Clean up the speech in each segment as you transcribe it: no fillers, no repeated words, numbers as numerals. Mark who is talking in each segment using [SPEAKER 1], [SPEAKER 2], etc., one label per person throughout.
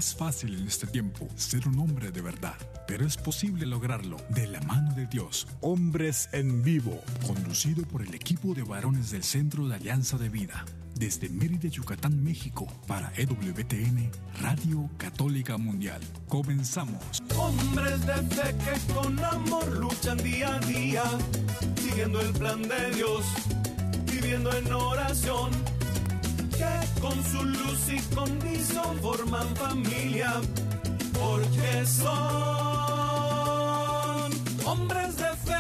[SPEAKER 1] es fácil en este tiempo ser un hombre de verdad, pero es posible lograrlo de la mano de Dios. Hombres en Vivo, conducido por el equipo de varones del Centro de Alianza de Vida. Desde Mérida, Yucatán, México, para EWTN, Radio Católica Mundial. Comenzamos.
[SPEAKER 2] Hombres de fe que con amor luchan día a día, siguiendo el plan de Dios, viviendo en oración, que con su luz y con visión forman familia, porque son hombres de fe.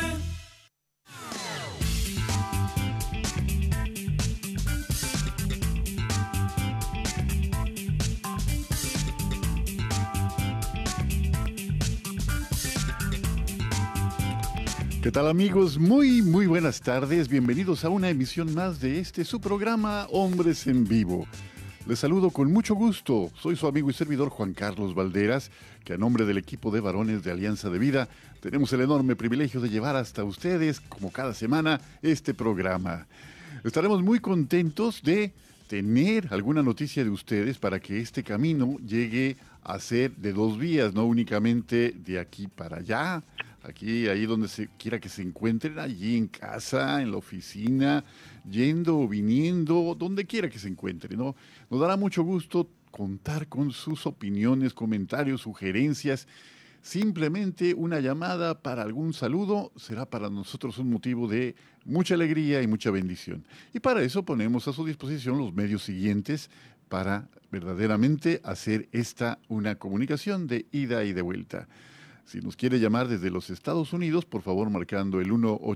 [SPEAKER 3] ¿Qué tal, amigos? Muy buenas tardes. Bienvenidos a una emisión más de su programa Hombres en Vivo. Les saludo con mucho gusto. Soy su amigo y servidor Juan Carlos Valderas, que a nombre del equipo de varones de Alianza de Vida tenemos el enorme privilegio de llevar hasta ustedes, como cada semana, este programa. Estaremos muy contentos de tener alguna noticia de ustedes para que este camino llegue a ser de dos vías, no únicamente de aquí para allá, aquí, ahí donde se quiera que se encuentren, allí en casa, en la oficina, yendo o viniendo, donde quiera que se encuentren, ¿no? Nos dará mucho gusto contar con sus opiniones, comentarios, sugerencias. Simplemente una llamada para algún saludo será para nosotros un motivo de mucha alegría y mucha bendición. Y para eso ponemos a su disposición los medios siguientes para verdaderamente hacer una comunicación de ida y de vuelta. Si nos quiere llamar desde los Estados Unidos, por favor marcando el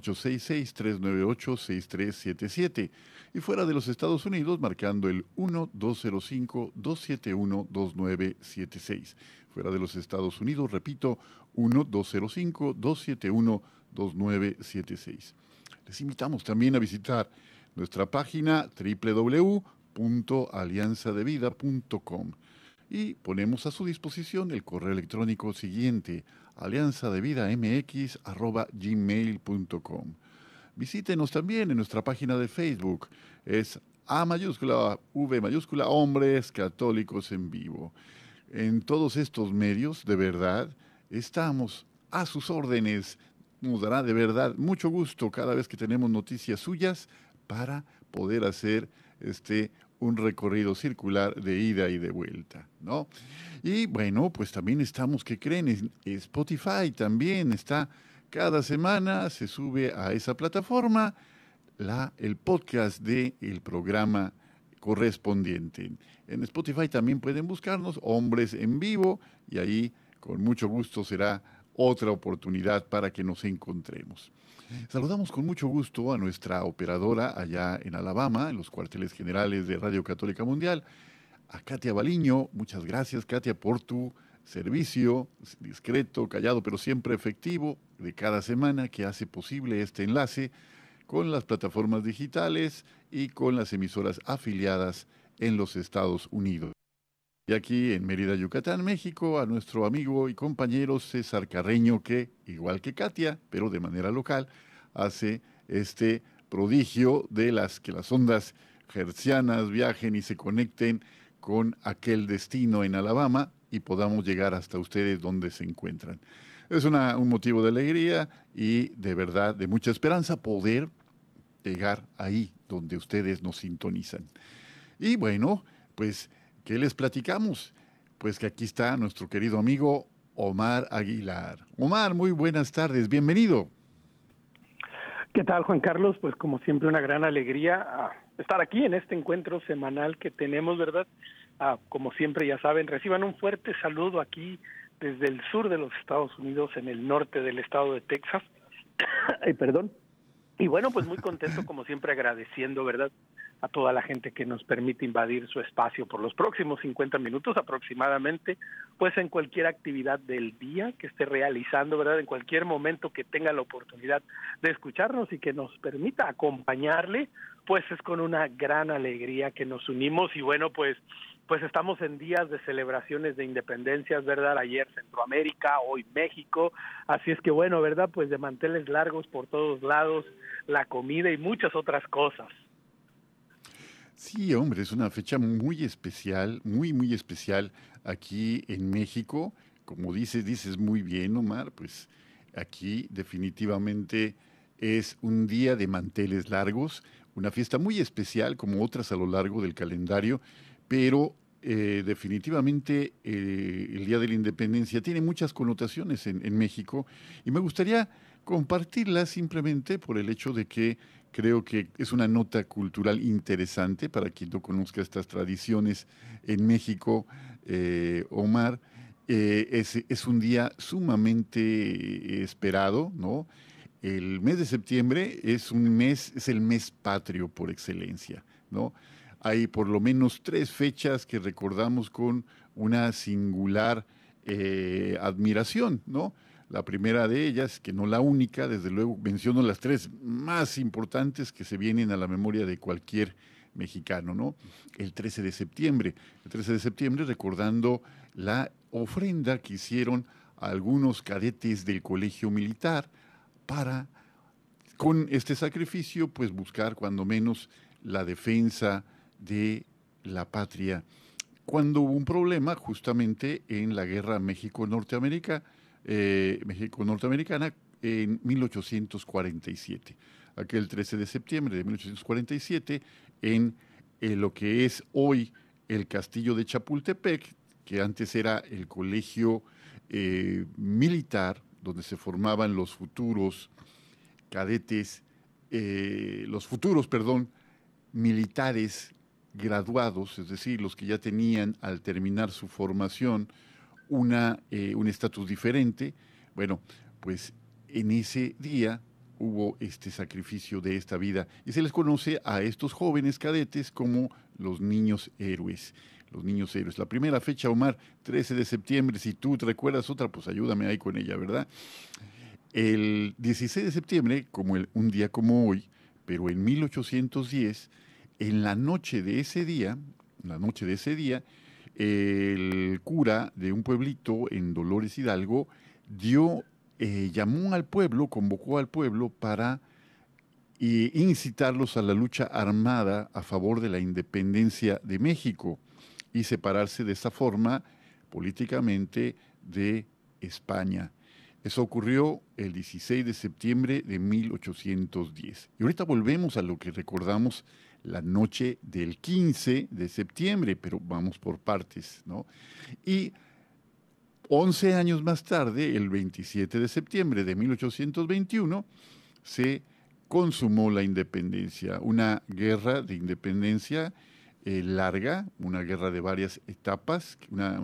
[SPEAKER 3] 1-866-398-6377. Y fuera de los Estados Unidos, marcando el 1-205-271-2976. Fuera de los Estados Unidos, repito, 1-205-271-2976. Les invitamos también a visitar nuestra página www.alianzadevida.com. Y ponemos a su disposición el correo electrónico siguiente, alianzadevidamx@gmail.com. Visítenos también en nuestra página de Facebook, es A_V_ Hombres Católicos en Vivo. En todos estos medios, de verdad, estamos a sus órdenes. Nos dará de verdad mucho gusto cada vez que tenemos noticias suyas para poder hacer un recorrido circular de ida y de vuelta, ¿no? Y bueno, pues también estamos, ¿qué creen? En Spotify también está, cada semana se sube a esa plataforma el podcast del programa correspondiente. En Spotify también pueden buscarnos Hombres en Vivo y ahí con mucho gusto será otra oportunidad para que nos encontremos. Saludamos con mucho gusto a nuestra operadora allá en Alabama, en los cuarteles generales de Radio Católica Mundial, a Katia Baliño. Muchas gracias, Katia, por tu servicio discreto, callado, pero siempre efectivo de cada semana que hace posible este enlace con las plataformas digitales y con las emisoras afiliadas en los Estados Unidos. Y aquí en Mérida, Yucatán, México, a nuestro amigo y compañero César Carreño, que, igual que Katia, pero de manera local, hace este prodigio de que las ondas hertzianas viajen y se conecten con aquel destino en Alabama y podamos llegar hasta ustedes donde se encuentran. Es un motivo de alegría y de verdad de mucha esperanza poder llegar ahí donde ustedes nos sintonizan. Y bueno, pues, ¿qué les platicamos? Pues que aquí está nuestro querido amigo Omar Aguilar. Omar, muy buenas tardes, bienvenido.
[SPEAKER 4] ¿Qué tal, Juan Carlos? Pues como siempre una gran alegría estar aquí en este encuentro semanal que tenemos, ¿verdad? Como siempre ya saben, reciban un fuerte saludo aquí desde el sur de los Estados Unidos, en el norte del estado de Texas. Perdón. Y bueno, pues muy contento como siempre, agradeciendo, ¿verdad?, a toda la gente que nos permite invadir su espacio por los próximos 50 minutos aproximadamente, pues en cualquier actividad del día que esté realizando, ¿verdad?, en cualquier momento que tenga la oportunidad de escucharnos y que nos permita acompañarle, pues es con una gran alegría que nos unimos. Y bueno, pues estamos en días de celebraciones de independencias, ¿verdad? Ayer Centroamérica, hoy México, así es que bueno, ¿verdad?, pues de manteles largos por todos lados, la comida y muchas otras cosas.
[SPEAKER 3] Sí, hombre, es una fecha muy especial, muy, muy especial aquí en México. Como dices muy bien, Omar, pues aquí definitivamente es un día de manteles largos, una fiesta muy especial como otras a lo largo del calendario, pero definitivamente el Día de la Independencia tiene muchas connotaciones en México y me gustaría compartirlas simplemente por el hecho de que creo que es una nota cultural interesante para quien no conozca estas tradiciones en México, Omar. Es un día sumamente esperado, ¿no? El mes de septiembre es el mes patrio por excelencia, ¿no? Hay por lo menos 3 fechas que recordamos con una singular admiración, ¿no? La primera de ellas, que no la única, desde luego menciono las 3 más importantes que se vienen a la memoria de cualquier mexicano, ¿no? El 13 de septiembre. El 13 de septiembre recordando la ofrenda que hicieron algunos cadetes del colegio militar para, con este sacrificio, pues buscar cuando menos la defensa de la patria. Cuando hubo un problema justamente en la guerra México-Norteamericana en 1847. Aquel 13 de septiembre de 1847, en lo que es hoy el castillo de Chapultepec, que antes era el colegio militar, donde se formaban los futuros cadetes, perdón, militares graduados, es decir, los que ya tenían al terminar su formación un estatus diferente. Bueno, pues en ese día hubo este sacrificio de esta vida y se les conoce a estos jóvenes cadetes como los niños héroes. Los niños héroes. La primera fecha, Omar, 13 de septiembre, si tú te recuerdas otra, pues ayúdame ahí con ella, ¿verdad? El 16 de septiembre, un día como hoy, pero en 1810, en la noche de ese día, el cura de un pueblito en Dolores Hidalgo llamó al pueblo, convocó al pueblo para incitarlos a la lucha armada a favor de la independencia de México y separarse de esa forma políticamente de España. Eso ocurrió el 16 de septiembre de 1810. Y ahorita volvemos a lo que recordamos la noche del 15 de septiembre, pero vamos por partes, ¿no? Y 11 años más tarde, el 27 de septiembre de 1821, se consumó la independencia, una guerra de independencia larga, una guerra de varias etapas,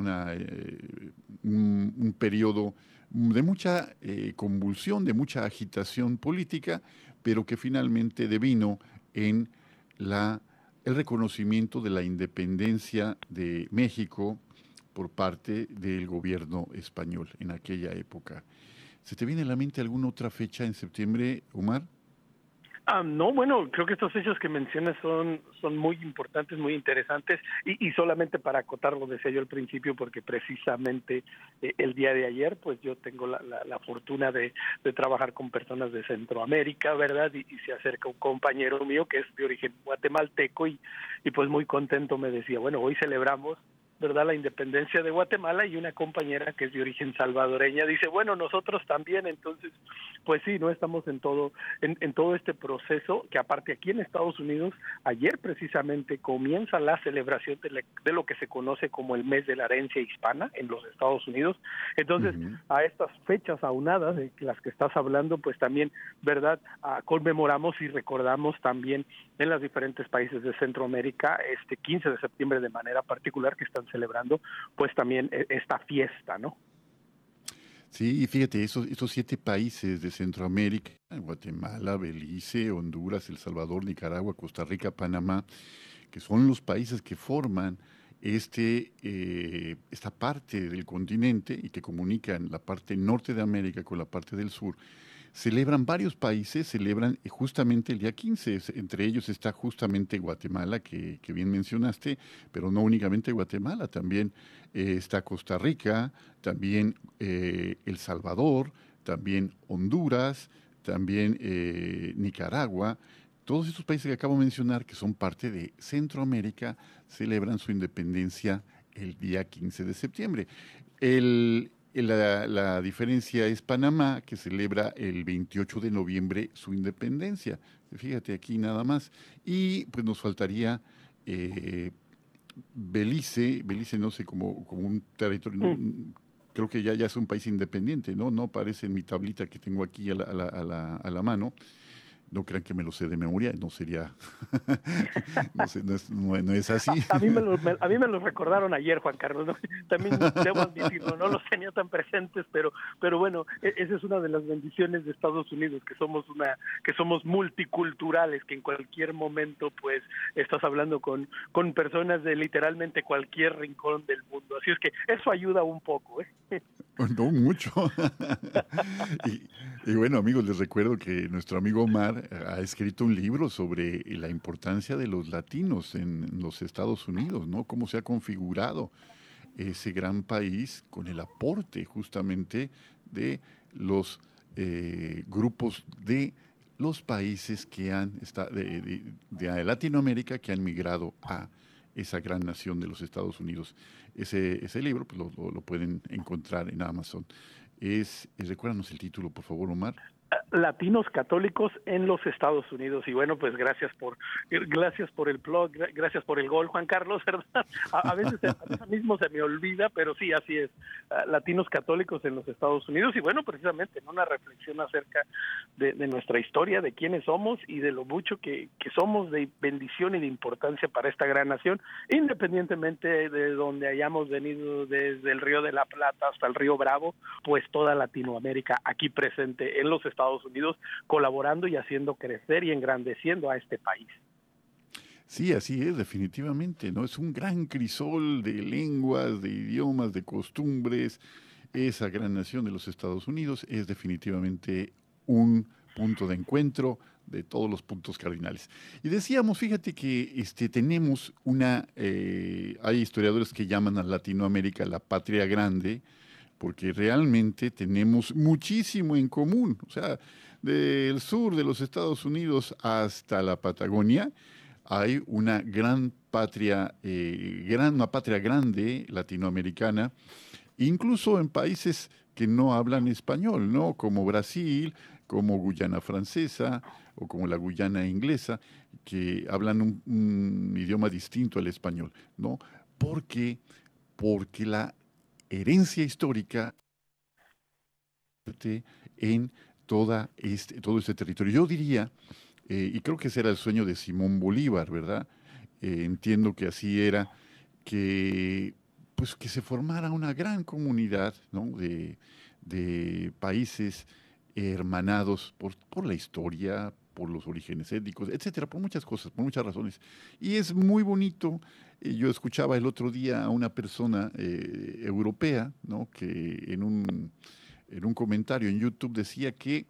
[SPEAKER 3] un periodo de mucha convulsión, de mucha agitación política, pero que finalmente devino en el reconocimiento de la independencia de México por parte del gobierno español en aquella época. ¿Se te viene a la mente alguna otra fecha en septiembre, Omar?
[SPEAKER 4] No, bueno, creo que estas fechas que mencionas son muy importantes, muy interesantes, y solamente para acotar lo decía yo al principio, porque precisamente el día de ayer, pues yo tengo la fortuna de trabajar con personas de Centroamérica, ¿verdad? Y se acerca un compañero mío que es de origen guatemalteco y pues muy contento me decía, bueno, hoy celebramos, ¿verdad?, la independencia de Guatemala, y una compañera que es de origen salvadoreña dice, bueno, nosotros también. Entonces, pues sí, no estamos en todo este proceso, que aparte aquí en Estados Unidos, ayer precisamente comienza la celebración de lo que se conoce como el mes de la herencia hispana en los Estados Unidos. Entonces, a estas fechas aunadas de las que estás hablando, pues también, ¿verdad?, conmemoramos y recordamos también en los diferentes países de Centroamérica, este 15 de septiembre de manera particular, que están celebrando pues también esta fiesta, ¿no?
[SPEAKER 3] Sí, y fíjate, esos 7 países de Centroamérica, Guatemala, Belice, Honduras, El Salvador, Nicaragua, Costa Rica, Panamá, que son los países que forman esta parte del continente y que comunican la parte norte de América con la parte del sur, varios países celebran justamente el día 15, entre ellos está justamente Guatemala, que bien mencionaste, pero no únicamente Guatemala, también está Costa Rica, también El Salvador, también Honduras, también Nicaragua, Todos estos países que acabo de mencionar, que son parte de Centroamérica, celebran su independencia el día 15 de septiembre. La diferencia es Panamá, que celebra el 28 de noviembre su independencia. Fíjate aquí nada más. Y pues nos faltaría Belice, no sé, como un territorio, creo que ya es un país independiente, ¿no? No aparece en mi tablita que tengo aquí a la mano. No crean que me lo sé de memoria, no sería, no es así.
[SPEAKER 4] A mí me lo recordaron ayer, Juan Carlos, ¿no? También debo admitirlo, no los tenía tan presentes, pero bueno, esa es una de las bendiciones de Estados Unidos, que somos multiculturales, que en cualquier momento pues estás hablando con personas de literalmente cualquier rincón del mundo, así es que eso ayuda un poco, ¿eh?
[SPEAKER 3] No mucho. Y bueno, amigos, les recuerdo que nuestro amigo Omar ha escrito un libro sobre la importancia de los latinos en los Estados Unidos, ¿no? Cómo se ha configurado ese gran país con el aporte justamente de los grupos de los países que de Latinoamérica que han migrado a esa gran nación de los Estados Unidos. Ese libro pues, lo pueden encontrar en Amazon. Recuérdanos el título, por favor, Omar.
[SPEAKER 4] Latinos católicos en los Estados Unidos. Y bueno, pues gracias por el blog, gracias por el gol, Juan Carlos, ¿verdad? A veces mismo se me olvida, pero sí, así es. Latinos católicos en los Estados Unidos. Y bueno, precisamente en una reflexión acerca de nuestra historia, de quiénes somos y de lo mucho que somos de bendición y de importancia para esta gran nación, independientemente de donde hayamos venido, desde el Río de la Plata hasta el Río Bravo, pues toda Latinoamérica aquí presente en los Estados Unidos, colaborando y haciendo crecer y engrandeciendo a este país.
[SPEAKER 3] Sí, así es, definitivamente, ¿no? Es un gran crisol de lenguas, de idiomas, de costumbres. Esa gran nación de los Estados Unidos es definitivamente un punto de encuentro de todos los puntos cardinales. Y decíamos, fíjate que tenemos hay historiadores que llaman a Latinoamérica la patria grande, porque realmente tenemos muchísimo en común. O sea, del sur de los Estados Unidos hasta la Patagonia hay una gran patria, una patria grande latinoamericana, incluso en países que no hablan español, ¿no? Como Brasil, como Guyana Francesa o como la Guyana Inglesa, que hablan un idioma distinto al español, ¿no? Porque la herencia histórica en todo este territorio. Yo diría, y creo que ese era el sueño de Simón Bolívar, ¿verdad? Entiendo que así era, que se formara una gran comunidad, ¿no? de países hermanados por la historia, por los orígenes étnicos, etcétera, por muchas cosas, por muchas razones. Y es muy bonito. Yo escuchaba el otro día a una persona europea, ¿no? Que en un comentario en YouTube decía que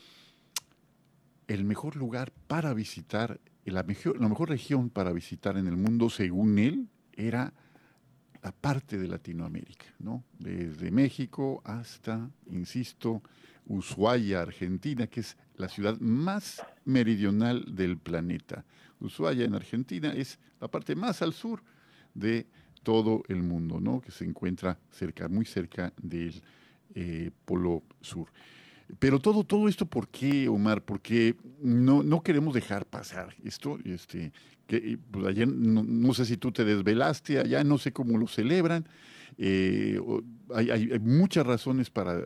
[SPEAKER 3] el mejor lugar para visitar, la mejor región para visitar en el mundo, según él, era la parte de Latinoamérica, ¿no? Desde México hasta, insisto, Ushuaia, Argentina, que es la ciudad más meridional del planeta. Ushuaia en Argentina es la parte más al sur de todo el mundo, ¿no? Que se encuentra muy cerca del Polo Sur. Pero todo esto, ¿por qué, Omar? Porque no queremos dejar pasar esto. Pues ayer no sé si tú te desvelaste allá, no sé cómo lo celebran. Hay muchas razones para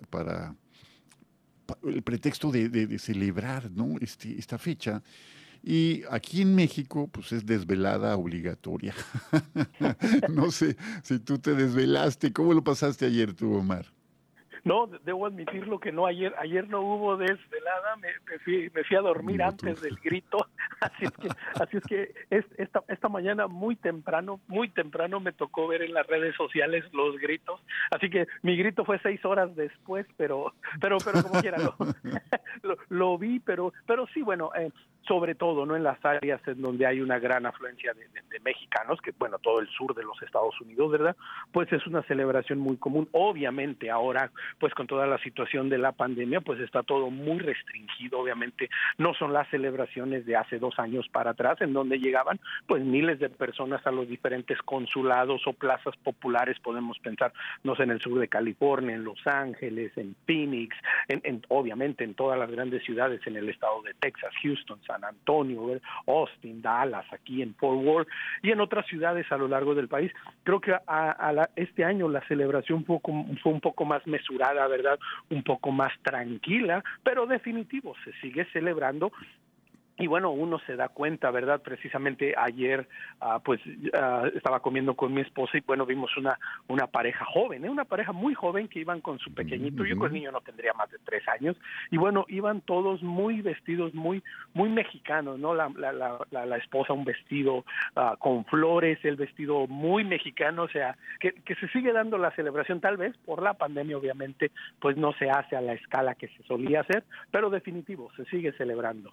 [SPEAKER 3] el pretexto de celebrar, ¿no? Esta fecha. Y aquí en México, pues es desvelada obligatoria. No sé si tú te desvelaste. ¿Cómo lo pasaste ayer tú, Omar?
[SPEAKER 4] No, debo admitirlo que no, ayer no hubo desvelada, me fui a dormir antes del grito, así es que esta mañana muy temprano me tocó ver en las redes sociales los gritos, así que mi grito fue 6 horas después, pero como quiera lo vi, pero sí, bueno, sobre todo, ¿no? En las áreas en donde hay una gran afluencia de mexicanos, que bueno, todo el sur de los Estados Unidos, ¿verdad? Pues es una celebración muy común. Obviamente ahora pues con toda la situación de la pandemia, pues está todo muy restringido. Obviamente no son las celebraciones de hace 2 años para atrás, en donde llegaban pues miles de personas a los diferentes consulados o plazas populares. Podemos pensar, no sé, en el sur de California, en Los Ángeles, en Phoenix, obviamente en todas las grandes ciudades en el estado de Texas, Houston, San Antonio, Austin, Dallas, aquí en Fort Worth y en otras ciudades a lo largo del país. Creo que este año la celebración fue un poco más mesurada, ¿verdad? Un poco más tranquila, pero definitivo, se sigue celebrando. Y bueno, uno se da cuenta, ¿verdad? Precisamente ayer, estaba comiendo con mi esposa y bueno, vimos una pareja joven, una pareja muy joven que iban con su pequeñito. Yo con el niño no tendría más de 3 años. Y bueno, iban todos muy vestidos, muy mexicanos, ¿no? La esposa un vestido con flores, el vestido muy mexicano, o sea, que se sigue dando la celebración, tal vez por la pandemia, obviamente, pues no se hace a la escala que se solía hacer, pero definitivo, se sigue celebrando.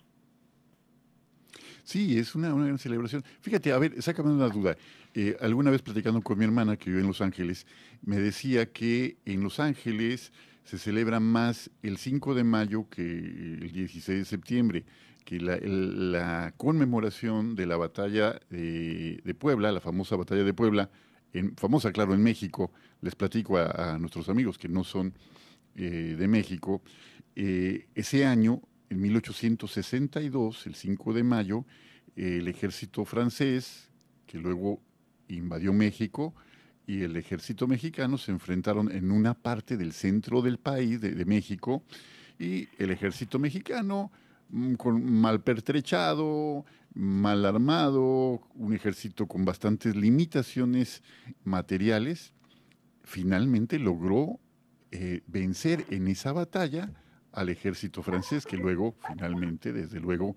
[SPEAKER 3] Sí, es una gran celebración. Fíjate, a ver, sácame una duda. Alguna vez platicando con mi hermana que vive en Los Ángeles, me decía que en Los Ángeles se celebra más el 5 de mayo que el 16 de septiembre, que la conmemoración de la batalla de Puebla, la famosa batalla de Puebla, famosa, claro, en México, les platico a nuestros amigos que no son de México, ese año, en 1862, el 5 de mayo, el ejército francés, que luego invadió México, y el ejército mexicano se enfrentaron en una parte del centro del país, de México, y el ejército mexicano, mal pertrechado, mal armado, un ejército con bastantes limitaciones materiales, finalmente logró vencer en esa batalla al ejército francés, que luego, finalmente, desde luego,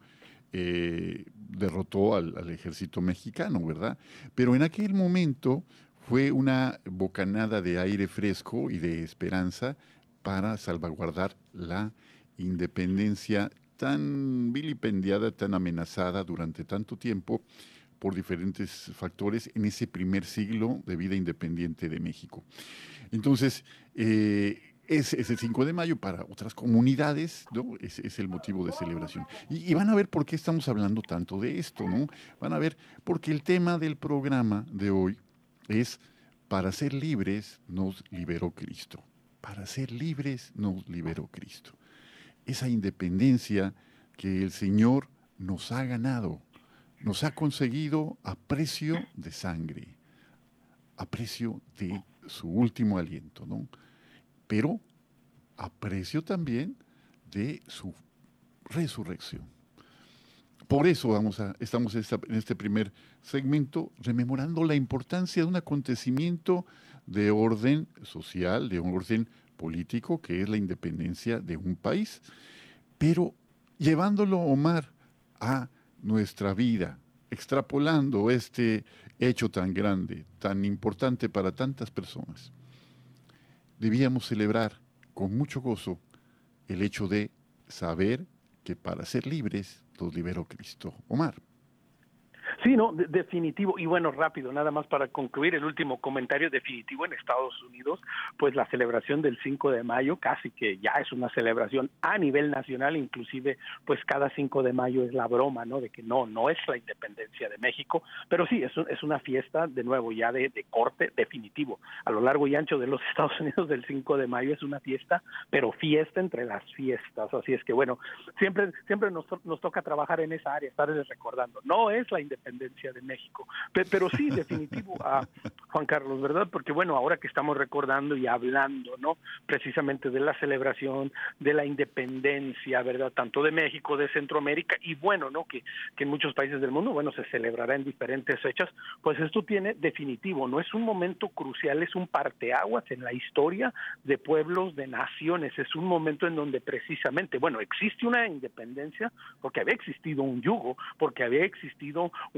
[SPEAKER 3] derrotó al ejército mexicano, ¿verdad? Pero en aquel momento fue una bocanada de aire fresco y de esperanza para salvaguardar la independencia tan vilipendiada, tan amenazada durante tanto tiempo por diferentes factores en ese primer siglo de vida independiente de México. Entonces, es el 5 de mayo para otras comunidades, ¿no? Es el motivo de celebración. Y van a ver por qué estamos hablando tanto de esto, ¿no? Van a ver, porque el tema del programa de hoy es: para ser libres nos liberó Cristo. Para ser libres nos liberó Cristo. Esa independencia que el Señor nos ha ganado, nos ha conseguido a precio de sangre, a precio de su último aliento, ¿no? Pero a precio también de su resurrección. Por eso estamos en este primer segmento rememorando la importancia de un acontecimiento de orden social, de orden político, que es la independencia de un país, pero llevándolo, Omar, a nuestra vida, extrapolando este hecho tan grande, tan importante para tantas personas. Debíamos celebrar con mucho gozo el hecho de saber que para ser libres nos liberó Cristo. Omar.
[SPEAKER 4] Sí, no, definitivo. Y bueno, rápido, nada más para concluir el último comentario, definitivo en Estados Unidos, pues la celebración del 5 de mayo casi que ya es una celebración a nivel nacional, inclusive pues cada 5 de mayo es la broma, ¿no? De que no es la independencia de México, pero sí, es una fiesta, de nuevo, ya de corte definitivo. A lo largo y ancho de los Estados Unidos del 5 de mayo es una fiesta, pero fiesta entre las fiestas. Así es que bueno, siempre nos toca trabajar en esa área, estarles recordando, no es la independencia de México, pero sí, definitivo, a Juan Carlos, ¿verdad? Porque bueno, ahora que estamos recordando y hablando, ¿no? Precisamente de la celebración de la independencia, ¿verdad? Tanto de México, de Centroamérica, y bueno, ¿no? Que en muchos países del mundo, bueno, se celebrará en diferentes fechas, pues esto tiene definitivo, ¿no? Es un momento crucial, es un parteaguas en la historia de pueblos, de naciones, es un momento en donde precisamente, bueno, existe una independencia porque había existido un yugo, porque había existido un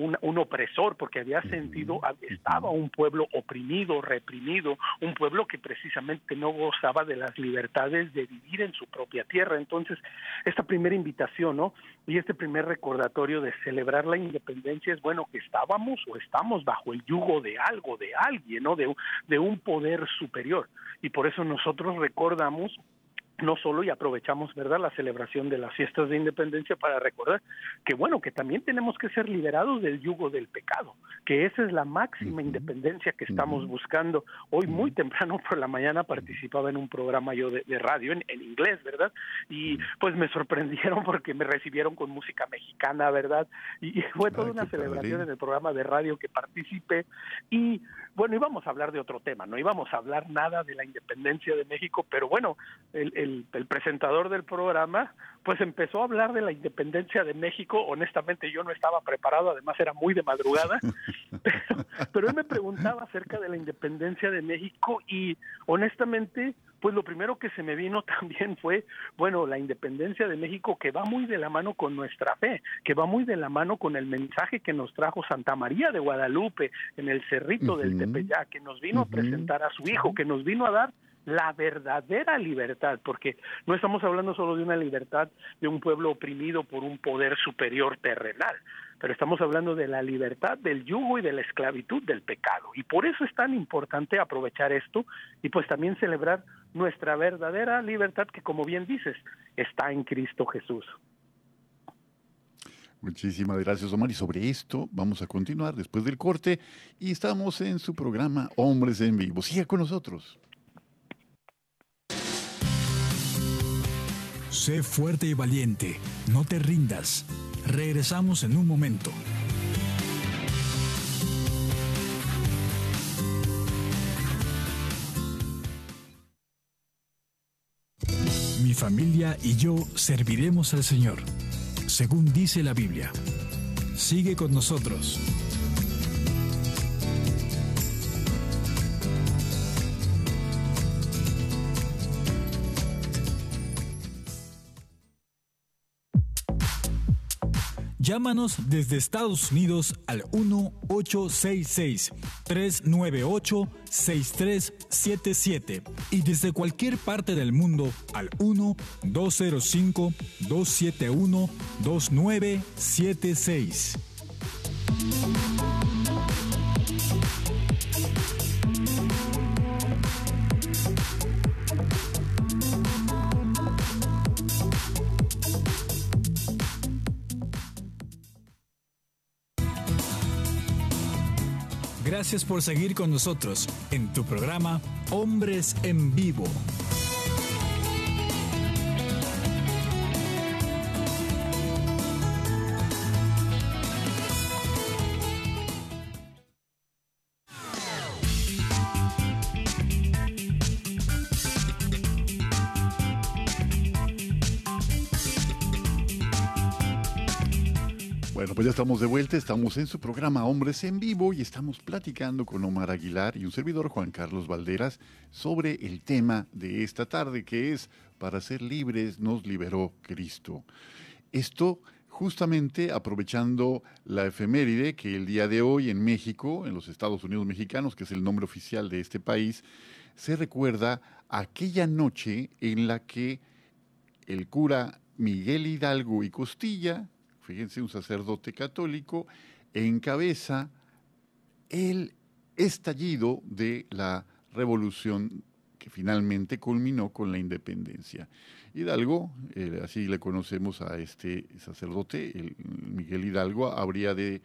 [SPEAKER 4] un opresor, porque había sentido, estaba un pueblo oprimido, reprimido, un pueblo que precisamente no gozaba de las libertades de vivir en su propia tierra. Entonces, esta primera invitación, ¿no? Y este primer recordatorio de celebrar la independencia es, bueno, que estábamos o estamos bajo el yugo de algo, de alguien, ¿no? De un poder superior. Y por eso nosotros recordamos no solo y aprovechamos, ¿verdad?, la celebración de las fiestas de independencia para recordar que, bueno, que también tenemos que ser liberados del yugo del pecado, que esa es la máxima independencia que estamos buscando. Hoy muy temprano por la mañana participaba en un programa yo de radio en inglés, ¿verdad? Y pues me sorprendieron porque me recibieron con música mexicana, ¿verdad? Y fue toda una celebración en el programa de radio que participé. Y bueno, íbamos a hablar de otro tema, no íbamos a hablar nada de la independencia de México, pero bueno, el presentador del programa pues empezó a hablar de la independencia de México. Honestamente yo no estaba preparado, además era muy de madrugada, pero él me preguntaba acerca de la independencia de México y honestamente pues lo primero que se me vino también fue, bueno, la independencia de México, que va muy de la mano con nuestra fe, que va muy de la mano con el mensaje que nos trajo Santa María de Guadalupe en el Cerrito del Tepeyac, que nos vino a presentar a su hijo, que nos vino a dar la verdadera libertad, porque no estamos hablando solo de una libertad de un pueblo oprimido por un poder superior terrenal, pero estamos hablando de la libertad del yugo y de la esclavitud del pecado. Y por eso es tan importante aprovechar esto y pues también celebrar nuestra verdadera libertad que, como bien dices, está en Cristo Jesús.
[SPEAKER 3] Muchísimas gracias, Omar. Y sobre esto vamos a continuar después del corte y estamos en su programa Hombres en Vivo. Siga con nosotros.
[SPEAKER 1] Sé fuerte y valiente, no te rindas. Regresamos en un momento. Mi familia y yo serviremos al Señor, según dice la Biblia. Sigue con nosotros. Llámanos desde Estados Unidos al 1-866-398-6377 y desde cualquier parte del mundo al 1-205-271-2976. Gracias por seguir con nosotros en tu programa Hombres en Vivo.
[SPEAKER 3] Bueno, pues ya estamos de vuelta, estamos en su programa Hombres en Vivo y estamos platicando con Omar Aguilar y un servidor, Juan Carlos Valderas, sobre el tema de esta tarde, que es Para ser libres nos liberó Cristo. Esto justamente aprovechando la efeméride que el día de hoy en México, en los Estados Unidos mexicanos, que es el nombre oficial de este país, se recuerda aquella noche en la que el cura Miguel Hidalgo y Costilla, fíjense, un sacerdote católico, encabeza el estallido de la revolución que finalmente culminó con la independencia. Hidalgo, así le conocemos a este sacerdote, el Miguel Hidalgo, habría de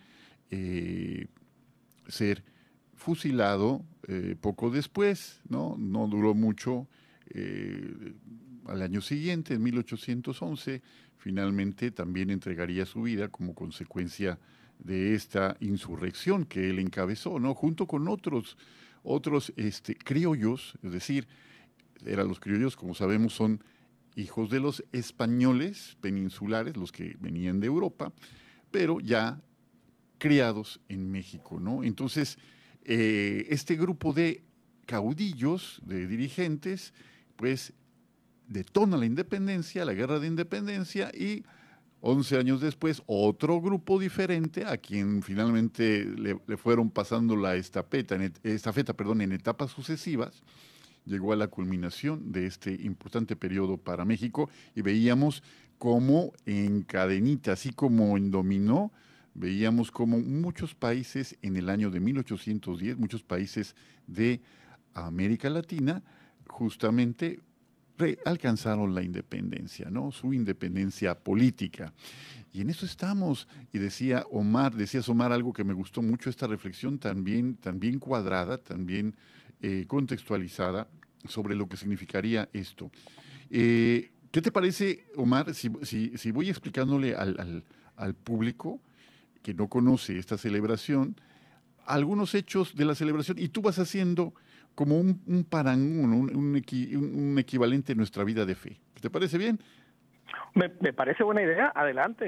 [SPEAKER 3] ser fusilado poco después, ¿no? No duró mucho, al año siguiente, en 1811, finalmente también entregaría su vida como consecuencia de esta insurrección que él encabezó, ¿no? Junto con otros criollos, es decir, los criollos, como sabemos, son hijos de los españoles peninsulares, los que venían de Europa, pero ya criados en México, ¿no? Entonces, este grupo de caudillos, de dirigentes, pues detona la independencia, la guerra de independencia, y 11 años después, otro grupo diferente a quien finalmente le fueron pasando la estafeta, en etapas sucesivas, llegó a la culminación de este importante periodo para México y veíamos cómo en cadenita, así como en dominó, veíamos cómo muchos países en el año de 1810, muchos países de América Latina, justamente alcanzaron la independencia, ¿no? Su independencia política. Y en eso estamos. Y decías Omar, algo que me gustó mucho, esta reflexión también cuadrada, también contextualizada sobre lo que significaría esto. ¿Qué te parece, Omar, si voy explicándole al público que no conoce esta celebración, algunos hechos de la celebración, y tú vas haciendo como un parangón, un equivalente en nuestra vida de fe? ¿Te parece bien?
[SPEAKER 4] Me parece buena idea, adelante.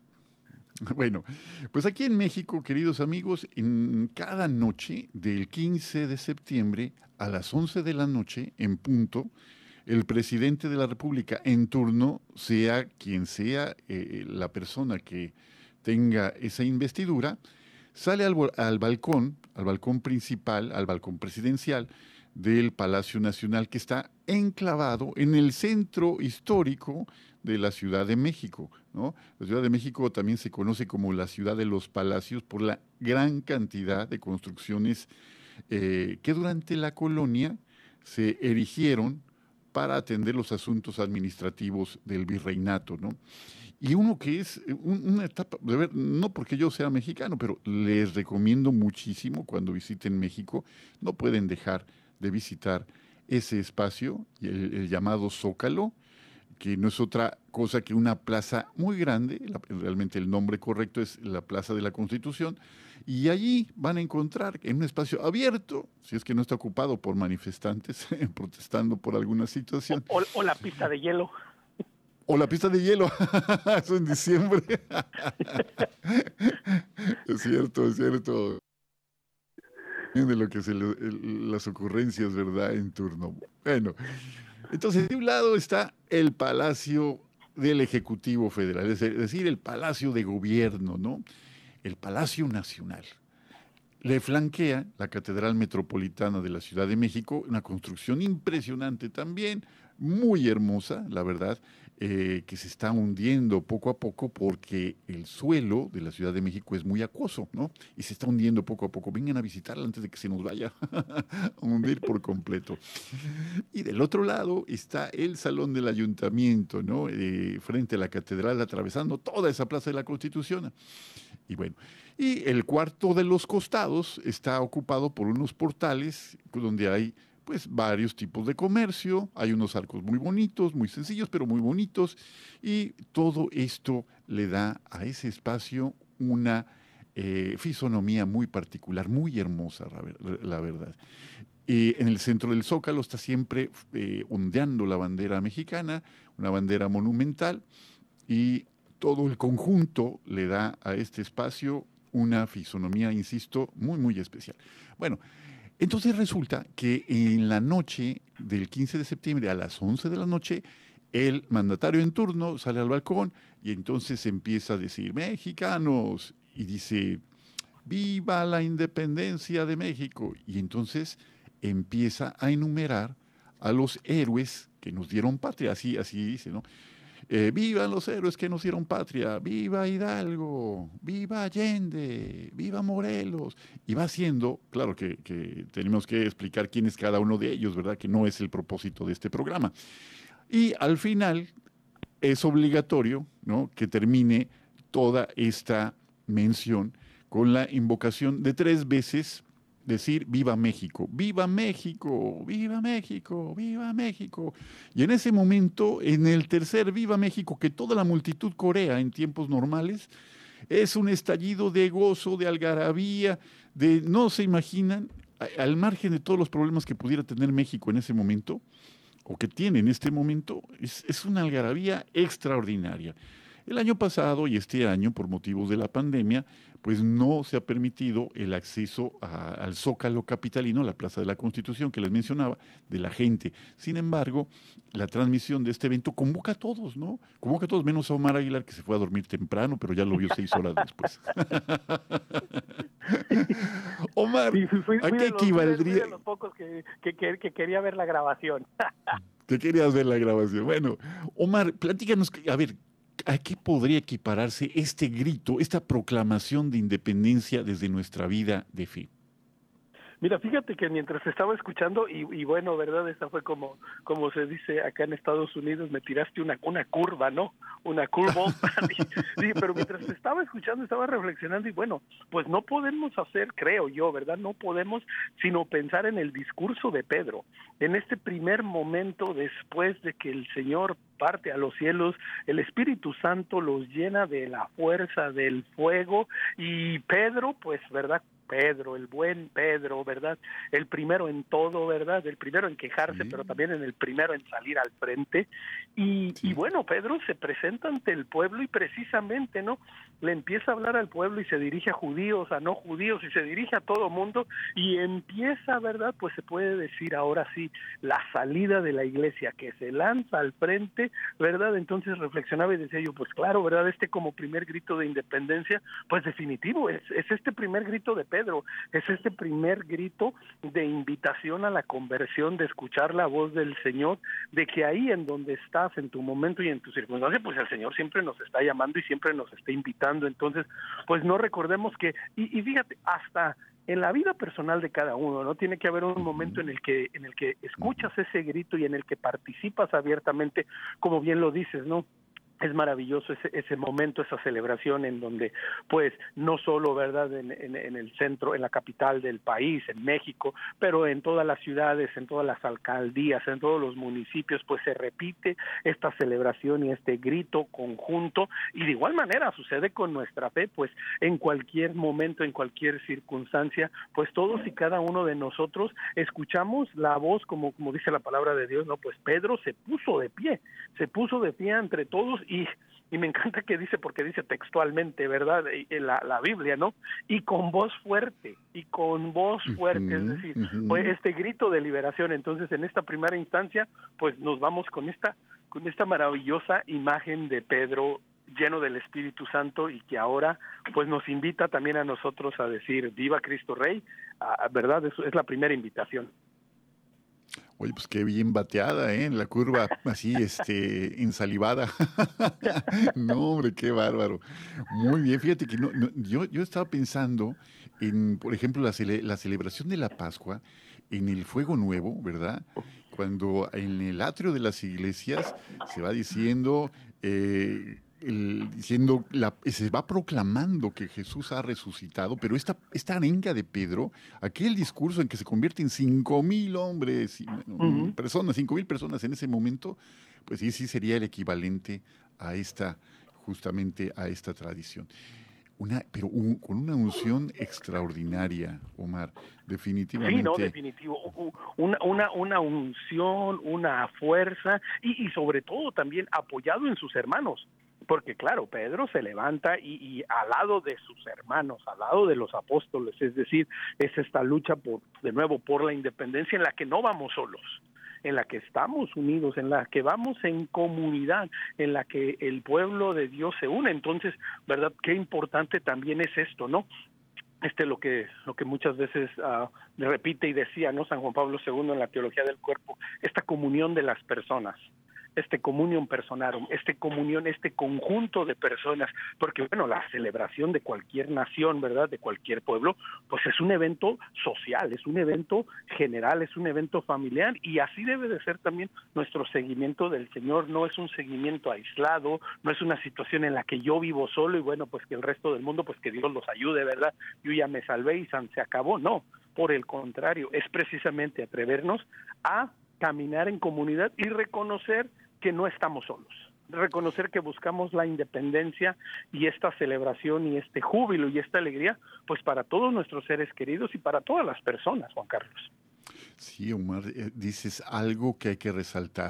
[SPEAKER 3] Bueno, pues aquí en México, queridos amigos, en cada noche del 15 de septiembre a las 11 de la noche, en punto, el presidente de la República en turno, sea quien sea la persona que tenga esa investidura, sale al balcón principal, al balcón presidencial del Palacio Nacional, que está enclavado en el centro histórico de la Ciudad de México, ¿no? La Ciudad de México también se conoce como la ciudad de los palacios por la gran cantidad de construcciones que durante la colonia se erigieron para atender los asuntos administrativos del virreinato, ¿no? Y uno que es una etapa, de ver, no porque yo sea mexicano, pero les recomiendo muchísimo cuando visiten México, no pueden dejar de visitar ese espacio, el llamado Zócalo, que no es otra cosa que una plaza muy grande, realmente el nombre correcto es la Plaza de la Constitución, y allí van a encontrar en un espacio abierto, si es que no está ocupado por manifestantes protestando por alguna situación.
[SPEAKER 4] O la pista de hielo.
[SPEAKER 3] O la pista de hielo, eso en diciembre. Es cierto. De lo que las ocurrencias, ¿verdad?, en turno. Bueno, entonces de un lado está el Palacio del Ejecutivo Federal, es decir, el Palacio de Gobierno, ¿no? El Palacio Nacional. Le flanquea la Catedral Metropolitana de la Ciudad de México, una construcción impresionante también, muy hermosa, la verdad, que se está hundiendo poco a poco porque el suelo de la Ciudad de México es muy acuoso, ¿no? Y se está hundiendo poco a poco. Vengan a visitarla antes de que se nos vaya a hundir por completo. Y del otro lado está el Salón del Ayuntamiento, ¿no? Frente a la Catedral, atravesando toda esa Plaza de la Constitución. Y bueno, y el cuarto de los costados está ocupado por unos portales donde hay pues varios tipos de comercio, hay unos arcos muy bonitos, muy sencillos, pero muy bonitos, y todo esto le da a ese espacio una fisonomía muy particular, muy hermosa, la verdad. En el centro del Zócalo está siempre ondeando la bandera mexicana, una bandera monumental, y todo el conjunto le da a este espacio una fisonomía, insisto, muy, muy especial. Bueno, entonces resulta que en la noche del 15 de septiembre a las 11 de la noche, el mandatario en turno sale al balcón y entonces empieza a decir, mexicanos, y dice, ¡viva la independencia de México! Y entonces empieza a enumerar a los héroes que nos dieron patria, así dice, ¿no? ¡Vivan los héroes que nos dieron patria! ¡Viva Hidalgo! ¡Viva Allende! ¡Viva Morelos! Y va haciendo, claro que tenemos que explicar quién es cada uno de ellos, ¿verdad? Que no es el propósito de este programa. Y al final es obligatorio, ¿no?, que termine toda esta mención con la invocación de 3 veces decir ¡viva México! ¡Viva México! ¡Viva México! ¡Viva México! Y en ese momento, en el tercer ¡viva México!, que toda la multitud corea en tiempos normales, es un estallido de gozo, de algarabía, no se imaginan, al margen de todos los problemas que pudiera tener México en ese momento, o que tiene en este momento, es una algarabía extraordinaria. El año pasado y este año, por motivos de la pandemia, pues no se ha permitido el acceso al Zócalo capitalino, la Plaza de la Constitución que les mencionaba, de la gente. Sin embargo, la transmisión de este evento convoca a todos, ¿no? Convoca a todos, menos a Omar Aguilar, que se fue a dormir temprano, pero ya lo vio 6 horas después. Omar,
[SPEAKER 4] Sí,
[SPEAKER 3] ¿a qué equivaldría?
[SPEAKER 4] Fui de los pocos que quería ver la grabación.
[SPEAKER 3] ¿Qué querías ver la grabación? Bueno, Omar, platícanos, a ver, ¿a qué podría equipararse este grito, esta proclamación de independencia desde nuestra vida de fe?
[SPEAKER 4] Mira, fíjate que mientras estaba escuchando, y bueno, ¿verdad? Esta fue como se dice acá en Estados Unidos, me tiraste una curva, ¿no? Una curva. Sí, pero mientras estaba escuchando, estaba reflexionando, y bueno, pues no podemos hacer, creo yo, ¿verdad? No podemos sino pensar en el discurso de Pedro, en este primer momento después de que el Señor parte a los cielos, el Espíritu Santo los llena de la fuerza del fuego, y Pedro, pues, ¿verdad? Pedro, el buen Pedro, ¿verdad? El primero en todo, ¿verdad? El primero en quejarse, sí, pero también el primero en salir al frente. Y bueno, Pedro se presenta ante el pueblo y precisamente, ¿no? Le empieza a hablar al pueblo y se dirige a judíos, a no judíos, y se dirige a todo mundo y empieza, ¿verdad? Pues se puede decir ahora sí, la salida de la iglesia, que se lanza al frente, ¿verdad? Entonces reflexionaba y decía yo, pues claro, ¿verdad? Como primer grito de independencia, pues definitivo, es este primer grito de Pedro, es este primer grito de invitación a la conversión, de escuchar la voz del Señor, de que ahí en donde estás, en tu momento y en tu circunstancia, pues el Señor siempre nos está llamando y siempre nos está invitando. Entonces, pues no recordemos que, y fíjate, hasta en la vida personal de cada uno, ¿no? Tiene que haber un momento en el que escuchas ese grito y en el que participas abiertamente, como bien lo dices, ¿no? Es maravilloso ese momento, esa celebración en donde, pues, no solo, ¿verdad?, en el centro, en la capital del país, en México, pero en todas las ciudades, en todas las alcaldías, en todos los municipios, pues se repite esta celebración y este grito conjunto, y de igual manera sucede con nuestra fe, pues, en cualquier momento, en cualquier circunstancia, pues todos y cada uno de nosotros escuchamos la voz, como dice la palabra de Dios, ¿no? Pues Pedro se puso de pie entre todos. Y me encanta que dice, porque dice textualmente, ¿verdad? La Biblia, ¿no? Y con voz fuerte, es decir, pues este grito de liberación. Entonces, en esta primera instancia, pues nos vamos con esta maravillosa imagen de Pedro lleno del Espíritu Santo y que ahora, pues nos invita también a nosotros a decir, ¡Viva Cristo Rey! ¿Verdad? Eso es la primera invitación.
[SPEAKER 3] Oye, pues qué bien bateada, ¿eh? En la curva así, ensalivada. No, hombre, qué bárbaro. Muy bien, fíjate que yo estaba pensando en, por ejemplo, la celebración de la Pascua en el Fuego Nuevo, ¿verdad? Cuando en el atrio de las iglesias se va diciendo... se va proclamando que Jesús ha resucitado, pero esta arenga de Pedro, aquel discurso en que se convierte en 5,000 hombres, personas, 5,000 personas en ese momento, pues sí sería el equivalente a justamente a esta tradición. Pero con una unción extraordinaria, Omar, definitivamente.
[SPEAKER 4] Sí, no, definitivo. Una unción, una fuerza y sobre todo también apoyado en sus hermanos. Porque claro, Pedro se levanta y al lado de sus hermanos, al lado de los apóstoles, es decir, es esta lucha de nuevo por la independencia en la que no vamos solos, en la que estamos unidos, en la que vamos en comunidad, en la que el pueblo de Dios se une. Entonces, ¿verdad? Qué importante también es esto, ¿no? Lo que muchas veces repite y decía, ¿no? San Juan Pablo II en la Teología del Cuerpo, esta comunión de las personas. Comunión personarum, comunión, conjunto de personas, porque bueno, la celebración de cualquier nación, ¿verdad?, de cualquier pueblo, pues es un evento social, es un evento general, es un evento familiar, y así debe de ser también nuestro seguimiento del Señor. No es un seguimiento aislado, no es una situación en la que yo vivo solo y bueno, pues que el resto del mundo, pues que Dios los ayude, ¿verdad?, yo ya me salvé y se acabó. No, por el contrario, es precisamente atrevernos a caminar en comunidad y reconocer que no estamos solos, reconocer que buscamos la independencia y esta celebración y este júbilo y esta alegría, pues para todos nuestros seres queridos y para todas las personas, Juan Carlos.
[SPEAKER 3] Sí, Omar, dices algo que hay que resaltar.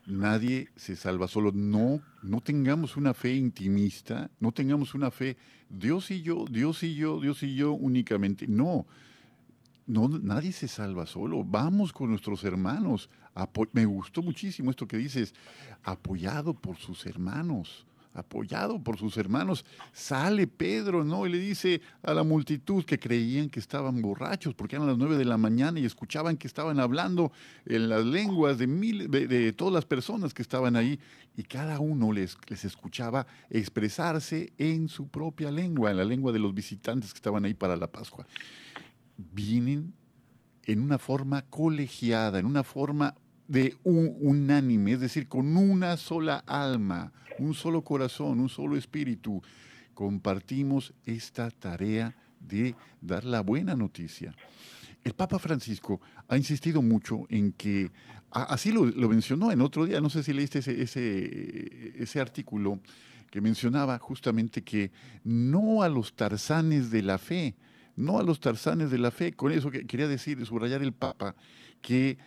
[SPEAKER 3] Nadie se salva solo. No, no tengamos una fe intimista, no tengamos una fe Dios y yo, Dios y yo, Dios y yo únicamente. No, no, nadie se salva solo. Vamos con nuestros hermanos. Me gustó muchísimo esto que dices, apoyado por sus hermanos. Apoyado por sus hermanos, sale Pedro, ¿no? Y le dice a la multitud que creían que estaban borrachos, porque eran las 9 de la mañana y escuchaban que estaban hablando en las lenguas de todas las personas que estaban ahí, y cada uno les escuchaba expresarse en su propia lengua, en la lengua de los visitantes que estaban ahí para la Pascua. Vienen en una forma colegiada, en una forma de unánime, es decir, con una sola alma, un solo corazón, un solo espíritu, compartimos esta tarea de dar la buena noticia. El Papa Francisco ha insistido mucho en que, así lo mencionó en otro día, no sé si leíste ese artículo que mencionaba justamente que no a los tarzanes de la fe, no a los tarzanes de la fe. Con eso que quería decir, subrayar el Papa, que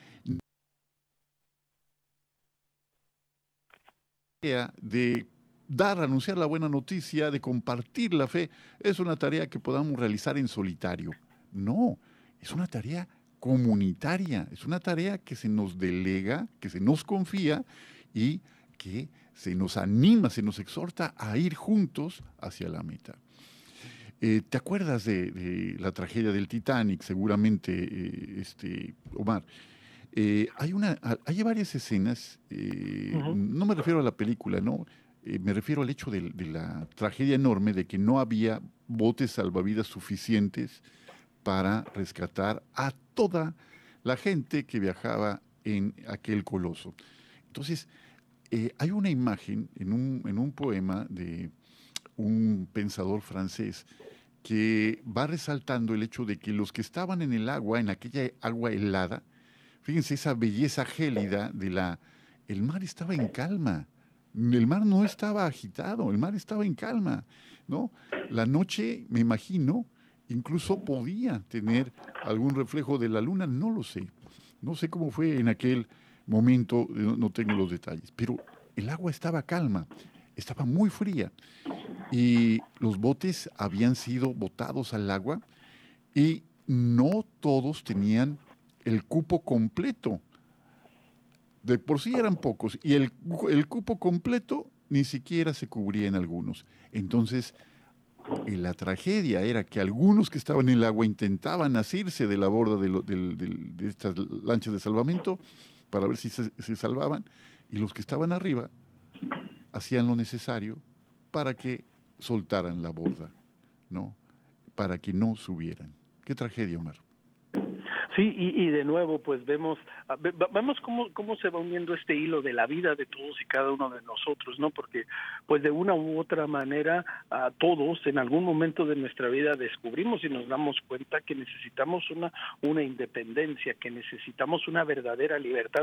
[SPEAKER 3] de dar, anunciar la buena noticia, de compartir la fe, es una tarea que podamos realizar en solitario. No, es una tarea comunitaria, es una tarea que se nos delega, que se nos confía y que se nos anima, se nos exhorta a ir juntos hacia la meta. ¿Te acuerdas de la tragedia del Titanic? Seguramente, Omar. Hay varias escenas, no me refiero a la película, ¿no? Me refiero al hecho de la tragedia enorme de que no había botes salvavidas suficientes para rescatar a toda la gente que viajaba en aquel coloso. Entonces, hay una imagen en un poema de un pensador francés que va resaltando el hecho de que los que estaban en el agua, en aquella agua helada, fíjense esa belleza gélida el mar estaba en calma, el mar no estaba agitado, el mar estaba en calma, ¿no? La noche, me imagino, incluso podía tener algún reflejo de la luna, no lo sé, no sé cómo fue en aquel momento, no tengo los detalles, pero el agua estaba calma, estaba muy fría y los botes habían sido botados al agua y no todos tenían el cupo completo. De por sí eran pocos y el cupo completo ni siquiera se cubría en algunos. Entonces, la tragedia era que algunos que estaban en el agua intentaban asirse de la borda de estas lanchas de salvamento para ver si se salvaban, y los que estaban arriba hacían lo necesario para que soltaran la borda, ¿no? Para que no subieran. Qué tragedia, Omar.
[SPEAKER 4] Sí, y de nuevo, pues vemos cómo se va uniendo este hilo de la vida de todos y cada uno de nosotros, ¿no? Porque, pues de una u otra manera, todos en algún momento de nuestra vida descubrimos y nos damos cuenta que necesitamos una independencia, que necesitamos una verdadera libertad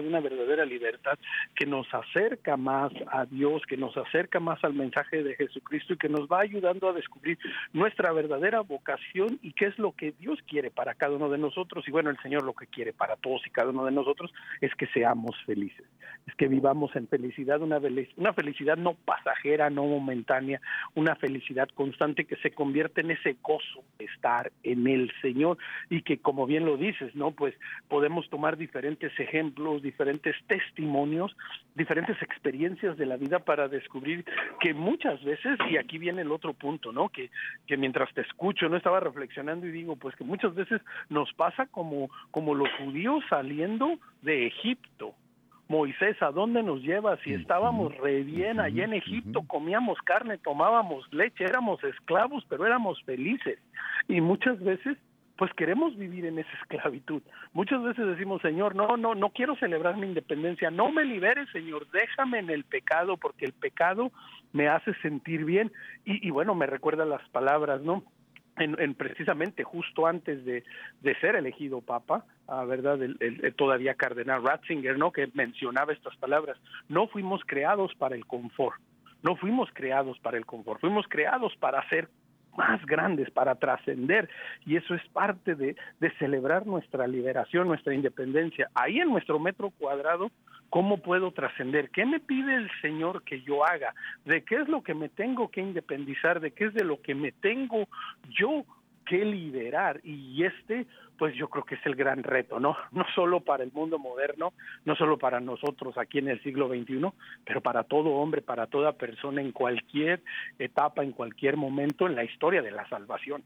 [SPEAKER 4] que nos acerca más a Dios, que nos acerca más al mensaje de Jesucristo y que nos va ayudando a descubrir nuestra verdadera vocación y qué es lo que Dios quiere para cada uno de nosotros. Y bueno, el Señor lo que quiere para todos y cada uno de nosotros es que seamos felices, es que vivamos en felicidad, una felicidad no pasajera, no momentánea, una felicidad constante que se convierte en ese gozo de estar en el Señor y que, como bien lo dices, ¿no? Pues podemos tomar diferentes ejemplos, diferentes testimonios, diferentes experiencias de la vida para descubrir que muchas veces, y aquí viene el otro punto, ¿no? Que mientras te escucho, ¿no? Estaba reflexionando y digo, pues que muchas veces nos pasa como los judíos saliendo de Egipto. Moisés, ¿a dónde nos llevas? Si estábamos re bien allá en Egipto, comíamos carne, tomábamos leche, éramos esclavos, pero éramos felices. Y muchas veces, pues queremos vivir en esa esclavitud. Muchas veces decimos, Señor, no quiero celebrar mi independencia, no me liberes, Señor, déjame en el pecado, porque el pecado me hace sentir bien. Y bueno, me recuerda las palabras, ¿no? En precisamente justo antes de ser elegido papa, ¿verdad? El todavía cardenal Ratzinger, ¿no? Que mencionaba estas palabras: no fuimos creados para el confort, fuimos creados para ser más grandes, para trascender, y eso es parte de celebrar nuestra liberación, nuestra independencia. Ahí en nuestro metro cuadrado, ¿cómo puedo trascender? ¿Qué me pide el Señor que yo haga? ¿De qué es lo que me tengo que independizar? ¿De qué es de lo que me tengo yo que liberar? Y pues yo creo que es el gran reto, ¿no? No solo para el mundo moderno, no solo para nosotros aquí en el siglo XXI, pero para todo hombre, para toda persona, en cualquier etapa, en cualquier momento en la historia de la salvación.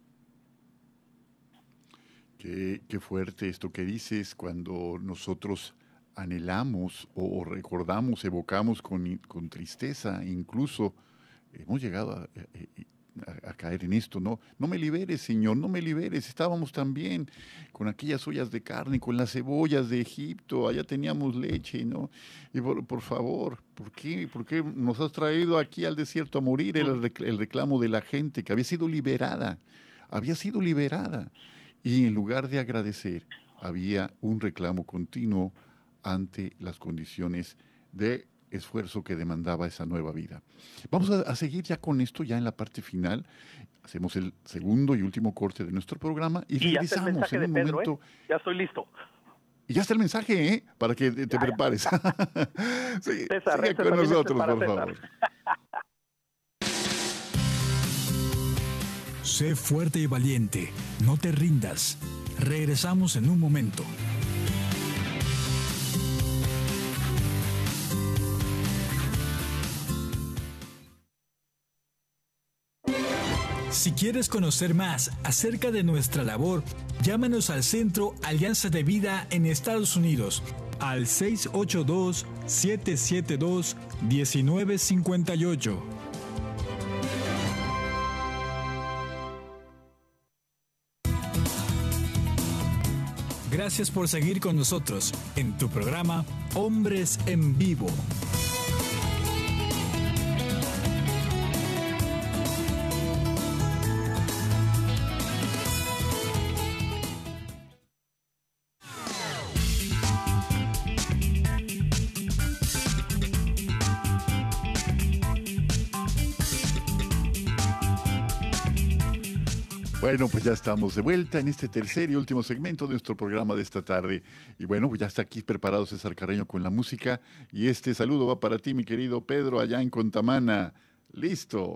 [SPEAKER 3] Qué fuerte esto que dices cuando nosotros anhelamos o recordamos, evocamos con tristeza, incluso hemos llegado a caer en esto, ¿no? No me liberes, Señor, no me liberes. Estábamos también con aquellas ollas de carne, con las cebollas de Egipto, allá teníamos leche, ¿no? Y por favor, ¿por qué nos has traído aquí al desierto a morir? Era el reclamo de la gente que había sido liberada. Y en lugar de agradecer, había un reclamo continuo ante las condiciones de esfuerzo que demandaba esa nueva vida. Vamos a seguir ya con esto, ya en la parte final. Hacemos el segundo y último corte de nuestro programa y regresamos en un
[SPEAKER 4] Pedro,
[SPEAKER 3] momento.
[SPEAKER 4] Ya estoy listo.
[SPEAKER 3] Y ya está el mensaje, para que te prepares. Sí,
[SPEAKER 4] César,
[SPEAKER 3] sigue con nosotros, por
[SPEAKER 4] César.
[SPEAKER 3] favor.
[SPEAKER 1] Sé fuerte y valiente, no te rindas. Regresamos en un momento. Si quieres conocer más acerca de nuestra labor, llámanos al Centro Alianza de Vida en Estados Unidos al 682-772-1958. Gracias por seguir con nosotros en tu programa Hombres en Vivo.
[SPEAKER 3] Bueno, pues ya estamos de vuelta en este tercer y último segmento de nuestro programa de esta tarde. Y bueno, pues ya está aquí preparado César Carreño con la música. Y este saludo va para ti, mi querido Pedro, allá en Contamana. ¿Listo?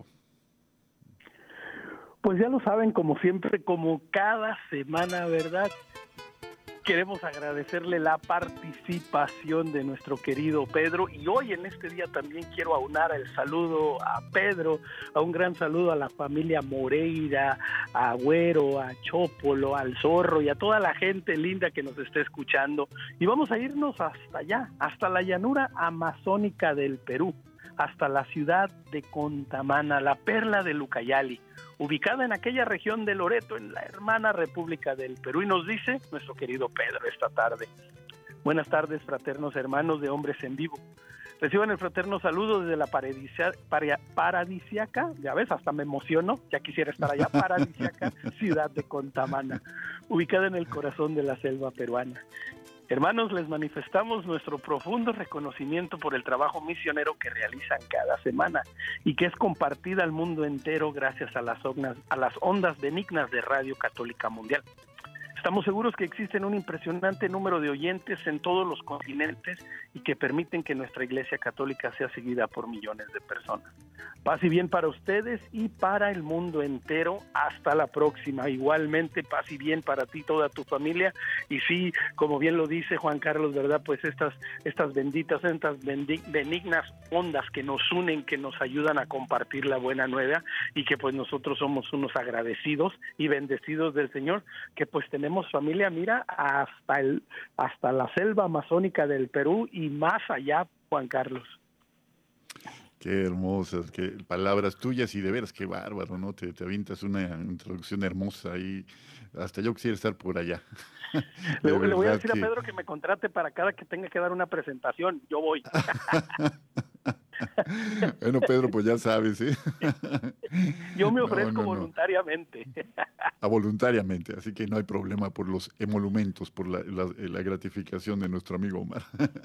[SPEAKER 4] Pues ya lo saben, como siempre, como cada semana, ¿verdad? Queremos agradecerle la participación de nuestro querido Pedro, y hoy en este día también quiero aunar el saludo a Pedro, a un gran saludo a la familia Moreira, a Güero, a Chopolo, al Zorro y a toda la gente linda que nos está escuchando. Y vamos a irnos hasta allá, hasta la llanura amazónica del Perú, hasta la ciudad de Contamana, la perla de Ucayali, ubicada en aquella región de Loreto, en la hermana República del Perú. Y nos dice nuestro querido Pedro esta tarde: buenas tardes, fraternos hermanos de Hombres en Vivo. Reciban el fraterno saludo desde la paradisiaca, ya ves, hasta me emociono, ya quisiera estar allá, paradisiaca ciudad de Contamana, ubicada en el corazón de la selva peruana. Hermanos, les manifestamos nuestro profundo reconocimiento por el trabajo misionero que realizan cada semana y que es compartida al mundo entero gracias a las ondas benignas de Radio Católica Mundial. Estamos seguros que existen un impresionante número de oyentes en todos los continentes y que permiten que nuestra Iglesia Católica sea seguida por millones de personas. Paz y bien para ustedes y para el mundo entero. Hasta la próxima. Igualmente, paz y bien para ti, toda tu familia. Y sí, como bien lo dice Juan Carlos, ¿verdad? Pues estas benditas, estas benignas ondas que nos unen, que nos ayudan a compartir la buena nueva, y que pues nosotros somos unos agradecidos y bendecidos del Señor, que pues tenemos familia, mira, hasta la selva amazónica del Perú y más allá, Juan Carlos.
[SPEAKER 3] Qué hermosas, qué palabras tuyas, y de veras, qué bárbaro, ¿no? Te avientas una introducción hermosa y hasta yo quisiera estar por allá.
[SPEAKER 4] Le voy a decir a Pedro que me contrate para cada que tenga que dar una presentación, yo voy.
[SPEAKER 3] Bueno, Pedro, pues ya sabes, ¿eh?
[SPEAKER 4] Yo me ofrezco voluntariamente.
[SPEAKER 3] Voluntariamente, así que no hay problema por los emolumentos, por la gratificación de nuestro amigo Omar.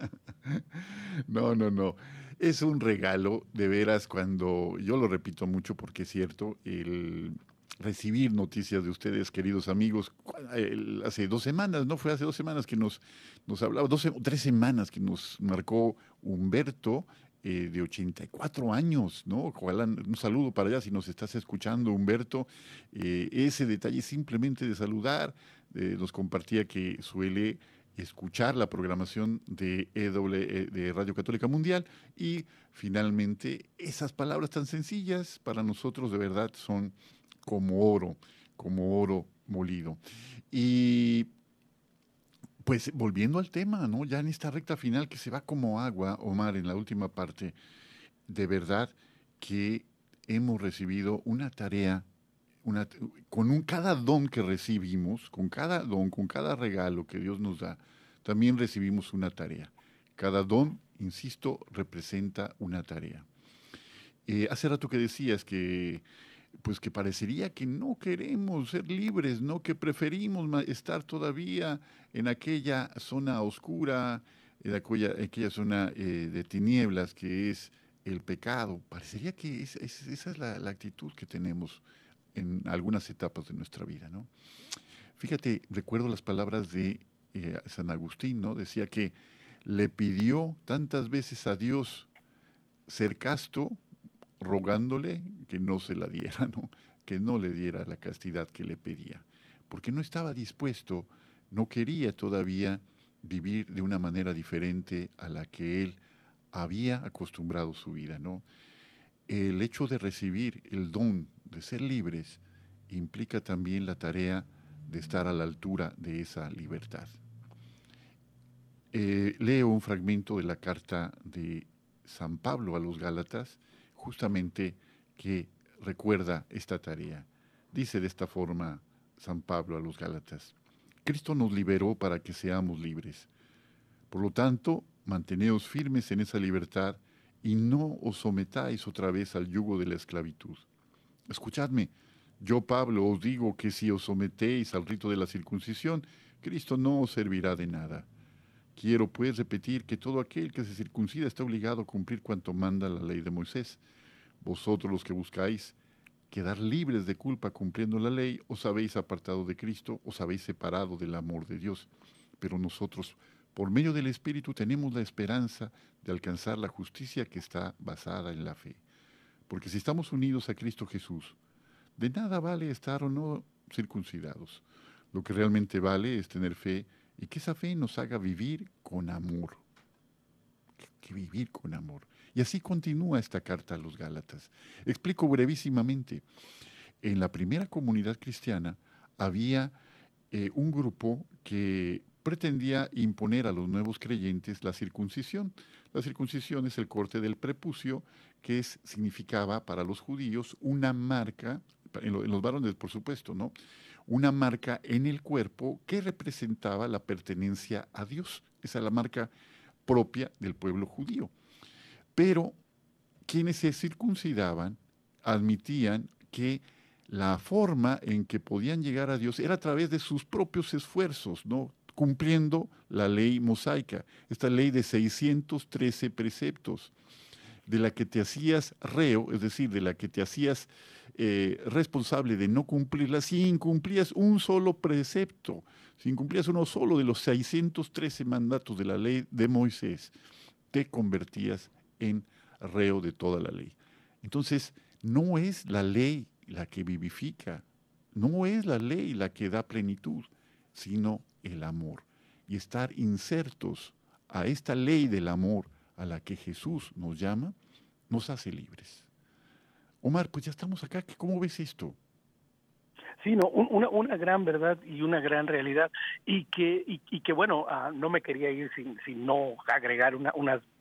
[SPEAKER 3] No. Es un regalo, de veras, cuando, yo lo repito mucho porque es cierto, el recibir noticias de ustedes, queridos amigos, hace 2 semanas, ¿no? Fue hace 2 semanas que nos hablaba, 3 semanas que nos marcó Humberto, de 84 años, ¿no? Ojalá, un saludo para allá si nos estás escuchando, Humberto. Ese detalle simplemente de saludar, nos compartía que suele escuchar la programación de de Radio Católica Mundial, y finalmente esas palabras tan sencillas para nosotros de verdad son como oro molido. Y pues volviendo al tema, ¿no? Ya en esta recta final que se va como agua, Omar, en la última parte, de verdad que hemos recibido una tarea, cada don que recibimos, con cada don, con cada regalo que Dios nos da, también recibimos una tarea. Cada don, insisto, representa una tarea. Hace rato que decías que pues que parecería que no queremos ser libres, ¿no? Que preferimos estar todavía en aquella zona oscura, en aquella zona de tinieblas que es el pecado. Parecería que esa es la actitud que tenemos en algunas etapas de nuestra vida, ¿no? Fíjate, recuerdo las palabras de San Agustín, ¿no? Decía que le pidió tantas veces a Dios ser casto, rogándole que no se la diera, ¿no? Que no le diera la castidad que le pedía, porque no estaba dispuesto, no quería todavía vivir de una manera diferente a la que él había acostumbrado su vida, ¿no? El hecho de recibir el don de ser libres implica también la tarea de estar a la altura de esa libertad. Leo un fragmento de la carta de San Pablo a los Gálatas, justamente que recuerda esta tarea. Dice de esta forma San Pablo a los Gálatas: Cristo nos liberó para que seamos libres. Por lo tanto, manteneos firmes en esa libertad y no os sometáis otra vez al yugo de la esclavitud. Escuchadme, yo, Pablo, os digo que si os sometéis al rito de la circuncisión, Cristo no os servirá de nada. Quiero, pues, repetir que todo aquel que se circuncida está obligado a cumplir cuanto manda la ley de Moisés. Vosotros, los que buscáis quedar libres de culpa cumpliendo la ley, os habéis apartado de Cristo, os habéis separado del amor de Dios. Pero nosotros, por medio del Espíritu, tenemos la esperanza de alcanzar la justicia que está basada en la fe. Porque si estamos unidos a Cristo Jesús, de nada vale estar o no circuncidados. Lo que realmente vale es tener fe y que esa fe nos haga vivir con amor. Que vivir con amor. Y así continúa esta carta a los Gálatas. Explico brevísimamente. En la primera comunidad cristiana había un grupo que pretendía imponer a los nuevos creyentes la circuncisión. La circuncisión es el corte del prepucio, que significaba para los judíos una marca, en los varones por supuesto, ¿no? Una marca en el cuerpo que representaba la pertenencia a Dios. Esa es la marca propia del pueblo judío. Pero quienes se circuncidaban admitían que la forma en que podían llegar a Dios era a través de sus propios esfuerzos, ¿no? Cumpliendo la ley mosaica, esta ley de 613 preceptos, de la que te hacías reo, es decir, de la que te hacías responsable de no cumplirla si incumplías un solo precepto, si incumplías uno solo de los 613 mandatos de la ley de Moisés, te convertías en reo de toda la ley. Entonces, no es la ley la que vivifica, no es la ley la que da plenitud, sino el amor. Y estar insertos a esta ley del amor a la que Jesús nos llama, nos hace libres. Omar, pues ya estamos acá, ¿cómo ves esto?
[SPEAKER 4] Sí, no, una gran verdad y una gran realidad, y que bueno, no me quería ir sin no agregar unas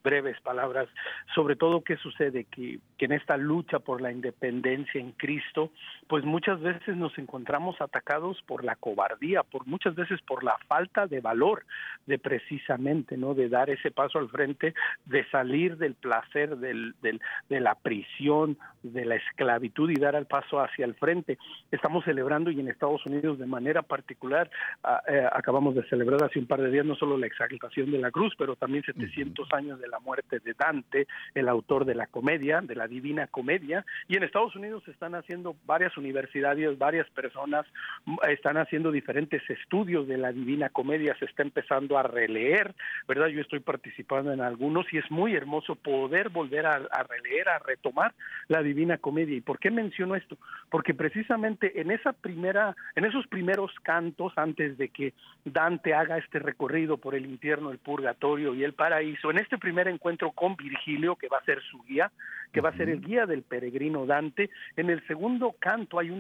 [SPEAKER 4] breves palabras, sobre todo qué sucede, que en esta lucha por la independencia en Cristo, pues muchas veces nos encontramos atacados por la cobardía, muchas veces por la falta de valor, de precisamente, ¿no?, de dar ese paso al frente, de salir del placer, de la prisión, de la esclavitud y dar el paso hacia el frente. Estamos celebrando, y en Estados Unidos de manera particular, acabamos de celebrar hace un par de días no solo la exaltación de la cruz, pero también 700 años de la muerte de Dante, el autor de la comedia, de la Divina Comedia, y en Estados Unidos se están haciendo varias universidades, varias personas están haciendo diferentes estudios de la Divina Comedia, se está empezando a releer, ¿verdad? Yo estoy participando en algunos y es muy hermoso poder volver a releer, a retomar la Divina Comedia. ¿Y por qué menciono esto? Porque precisamente en esos primeros cantos, antes de que Dante haga este recorrido por el infierno, el purgatorio y el paraíso, en este primer encuentro con Virgilio, que va a ser su guía, que va a ser el guía del peregrino Dante, en el segundo canto hay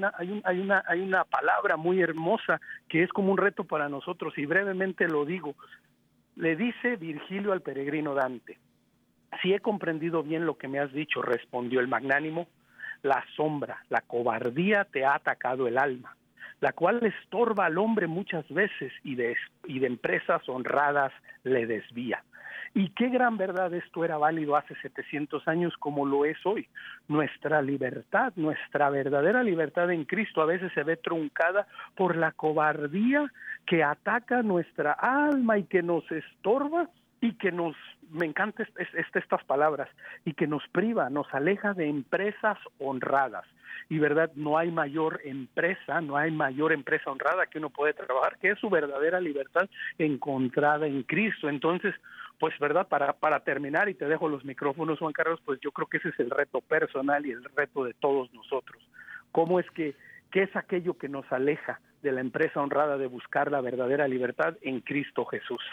[SPEAKER 4] una palabra muy hermosa que es como un reto para nosotros, y brevemente lo digo. Le dice Virgilio al peregrino Dante: si he comprendido bien lo que me has dicho, respondió el magnánimo, la sombra, la cobardía te ha atacado el alma, la cual estorba al hombre muchas veces y de empresas honradas le desvía. Y qué gran verdad, esto era válido hace 700 años como lo es hoy. Nuestra libertad, nuestra verdadera libertad en Cristo a veces se ve truncada por la cobardía que ataca nuestra alma y que nos estorba y que me encantan estas palabras, y que nos priva, nos aleja de empresas honradas. Y verdad, no hay mayor empresa honrada que uno puede trabajar, que es su verdadera libertad encontrada en Cristo. Entonces, pues verdad, para terminar, y te dejo los micrófonos, Juan Carlos, pues yo creo que ese es el reto personal y el reto de todos nosotros. ¿Cómo es qué es aquello que nos aleja de la empresa honrada de buscar la verdadera libertad en Cristo Jesús?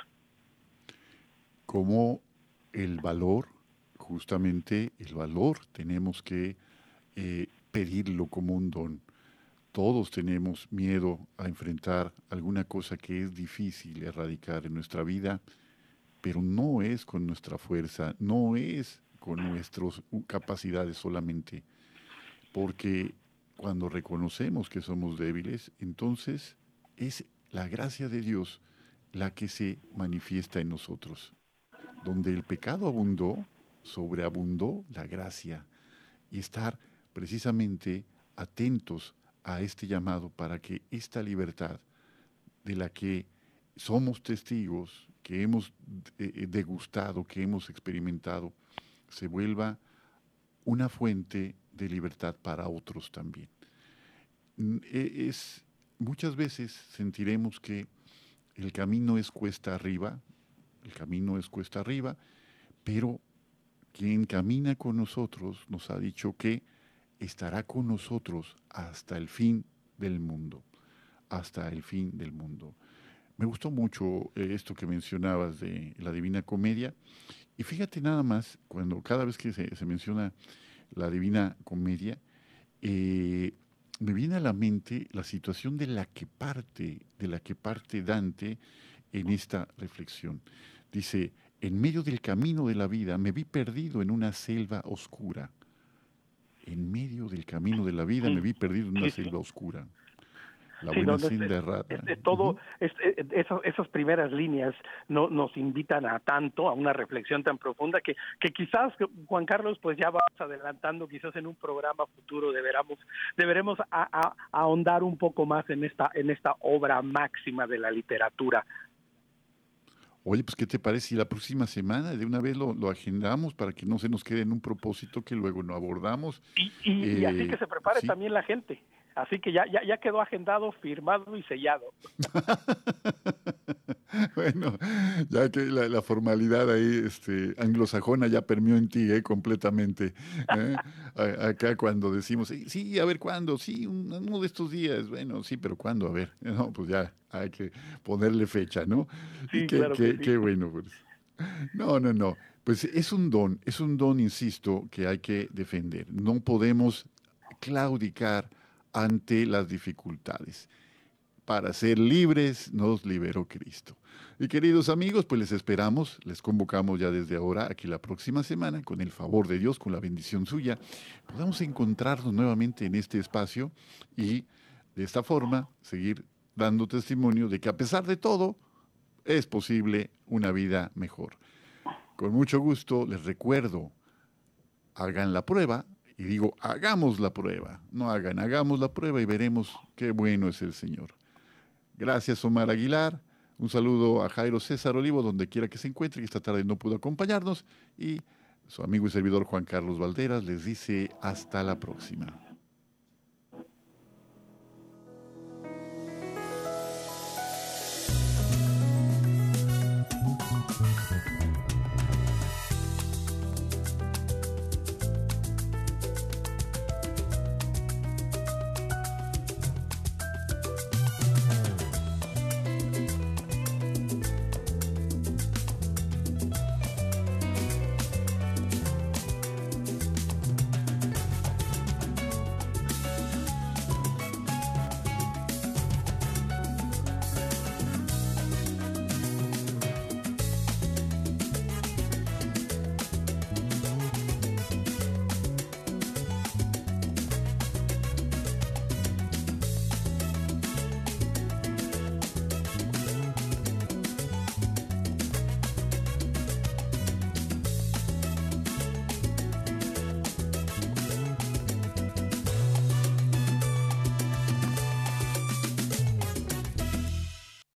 [SPEAKER 3] Como el valor, justamente el valor, tenemos que pedirlo como un don. Todos tenemos miedo a enfrentar alguna cosa que es difícil erradicar en nuestra vida, pero no es con nuestra fuerza, no es con nuestras capacidades solamente, porque cuando reconocemos que somos débiles, entonces es la gracia de Dios la que se manifiesta en nosotros. Donde el pecado abundó, sobreabundó la gracia, y estar precisamente atentos a este llamado para que esta libertad de la que somos testigos, que hemos degustado, que hemos experimentado, se vuelva una fuente de libertad para otros también. Muchas veces sentiremos que el camino es cuesta arriba, pero quien camina con nosotros nos ha dicho que estará con nosotros hasta el fin del mundo, Me gustó mucho esto que mencionabas de la Divina Comedia, y fíjate nada más, cada vez que se menciona la Divina Comedia, me viene a la mente la situación de la que parte Dante en esta reflexión. Dice: en medio del camino de la vida me vi perdido en una selva oscura. En medio del camino de la vida me vi perdido en una selva oscura. La buena senda errada.
[SPEAKER 4] Esas primeras líneas nos invitan a una reflexión tan profunda que quizás, Juan Carlos, pues ya vamos adelantando, quizás en un programa futuro deberemos ahondar un poco más en esta obra máxima de la literatura.
[SPEAKER 3] Oye, pues ¿qué te parece si la próxima semana de una vez lo agendamos para que no se nos quede en un propósito que luego no abordamos?
[SPEAKER 4] Y así que se prepare también la gente. Así que ya quedó agendado, firmado y sellado.
[SPEAKER 3] Bueno, ya que la formalidad ahí anglosajona ya permeó en ti completamente. Acá cuando decimos, sí, a ver, ¿cuándo? Sí, uno de estos días. Bueno, sí, pero ¿cuándo? A ver, no, pues ya hay que ponerle fecha, ¿no?
[SPEAKER 4] Sí, claro que sí.
[SPEAKER 3] Qué bueno. Pues. No. Pues es un don, insisto, que hay que defender. No podemos claudicar ante las dificultades. Para ser libres nos liberó Cristo. Y queridos amigos, pues les esperamos, les convocamos ya desde ahora a que la próxima semana, con el favor de Dios, con la bendición suya, podamos encontrarnos nuevamente en este espacio y de esta forma seguir dando testimonio de que a pesar de todo es posible una vida mejor. Con mucho gusto les recuerdo, hagan la prueba, y digo, hagamos la prueba, no hagan, hagamos la prueba y veremos qué bueno es el Señor. Gracias, Omar Aguilar. Un saludo a Jairo César Olivo, donde quiera que se encuentre, que esta tarde no pudo acompañarnos. Y su amigo y servidor Juan Carlos Valderas les dice hasta la próxima.